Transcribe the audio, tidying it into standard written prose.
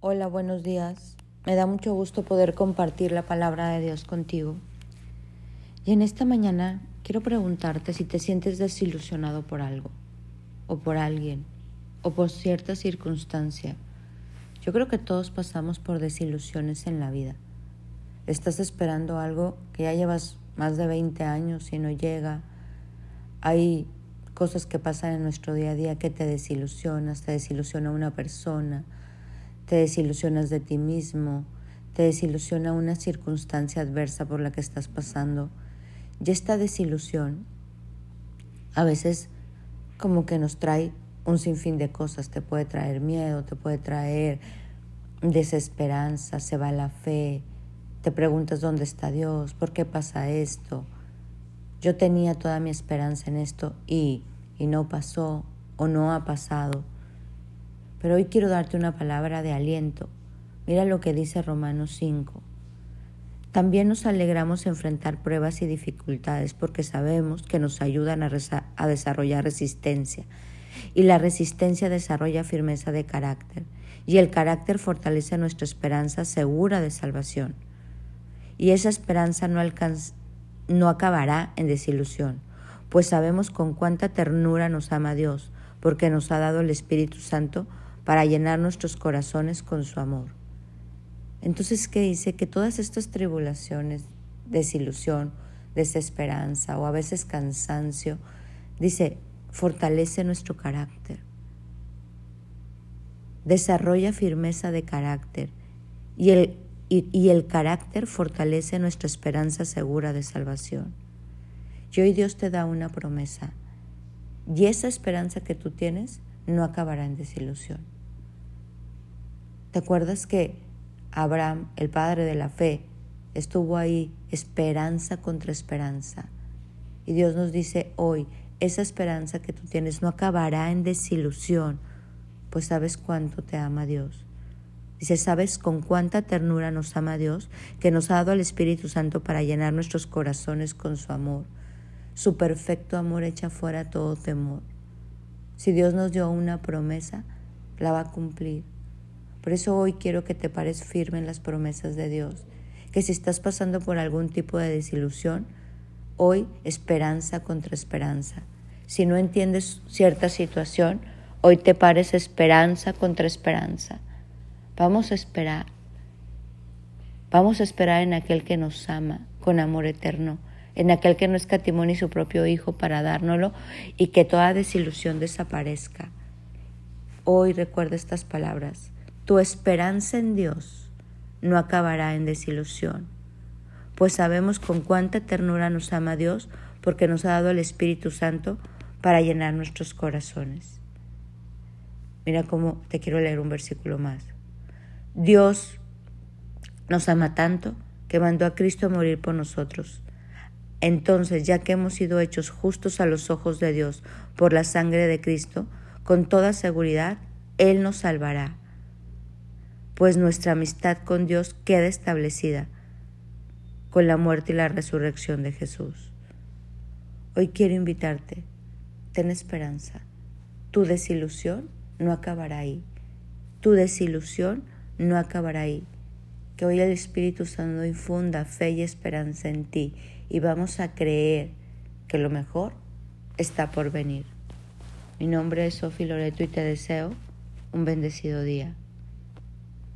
Hola, buenos días. Me da mucho gusto poder compartir la palabra de Dios contigo. Y en esta mañana quiero preguntarte si te sientes desilusionado por algo, o por alguien, o por cierta circunstancia. Yo creo que todos pasamos por desilusiones en la vida. Estás esperando algo que ya llevas más de 20 años y no llega. Hay cosas que pasan en nuestro día a día que te desilusiona una persona, te desilusionas de ti mismo, te desilusiona una circunstancia adversa por la que estás pasando. Y esta desilusión a veces como que nos trae un sinfín de cosas. Te puede traer miedo, te puede traer desesperanza, se va la fe, te preguntas dónde está Dios, por qué pasa esto. Yo tenía toda mi esperanza en esto y no pasó o no ha pasado. Pero hoy quiero darte una palabra de aliento. Mira lo que dice Romanos 5. También nos alegramos enfrentar pruebas y dificultades porque sabemos que nos ayudan a desarrollar resistencia. Y la resistencia desarrolla firmeza de carácter. Y el carácter fortalece nuestra esperanza segura de salvación. Y esa esperanza no acabará en desilusión, pues sabemos con cuánta ternura nos ama Dios, porque nos ha dado el Espíritu Santo para llenar nuestros corazones con su amor. Entonces, ¿qué dice? Que todas estas tribulaciones, desilusión, desesperanza o a veces cansancio, dice, fortalece nuestro carácter, desarrolla firmeza de carácter y el carácter fortalece nuestra esperanza segura de salvación. Y hoy Dios te da una promesa y esa esperanza que tú tienes no acabará en desilusión. ¿Te acuerdas que Abraham, el padre de la fe, estuvo ahí, esperanza contra esperanza? Y Dios nos dice hoy, esa esperanza que tú tienes no acabará en desilusión, pues sabes cuánto te ama Dios. Dice, ¿sabes con cuánta ternura nos ama Dios? Que nos ha dado el Espíritu Santo para llenar nuestros corazones con su amor. Su perfecto amor echa fuera todo temor. Si Dios nos dio una promesa, la va a cumplir. Por eso hoy quiero que te pares firme en las promesas de Dios. Que si estás pasando por algún tipo de desilusión, hoy esperanza contra esperanza. Si no entiendes cierta situación, hoy te pares esperanza contra esperanza. Vamos a esperar. Vamos a esperar en aquel que nos ama con amor eterno, en aquel que no escatimó ni su propio Hijo para dárnoslo y que toda desilusión desaparezca. Hoy recuerda estas palabras. Tu esperanza en Dios no acabará en desilusión, pues sabemos con cuánta ternura nos ama Dios porque nos ha dado el Espíritu Santo para llenar nuestros corazones. Mira cómo te quiero leer un versículo más. Dios nos ama tanto que mandó a Cristo a morir por nosotros. Entonces, ya que hemos sido hechos justos a los ojos de Dios por la sangre de Cristo, con toda seguridad, Él nos salvará, pues nuestra amistad con Dios queda establecida con la muerte y la resurrección de Jesús. Hoy quiero invitarte, ten esperanza. Tu desilusión no acabará ahí. Tu desilusión no acabará ahí. Que hoy el Espíritu Santo infunda fe y esperanza en ti y vamos a creer que lo mejor está por venir. Mi nombre es Sofi Loreto y te deseo un bendecido día.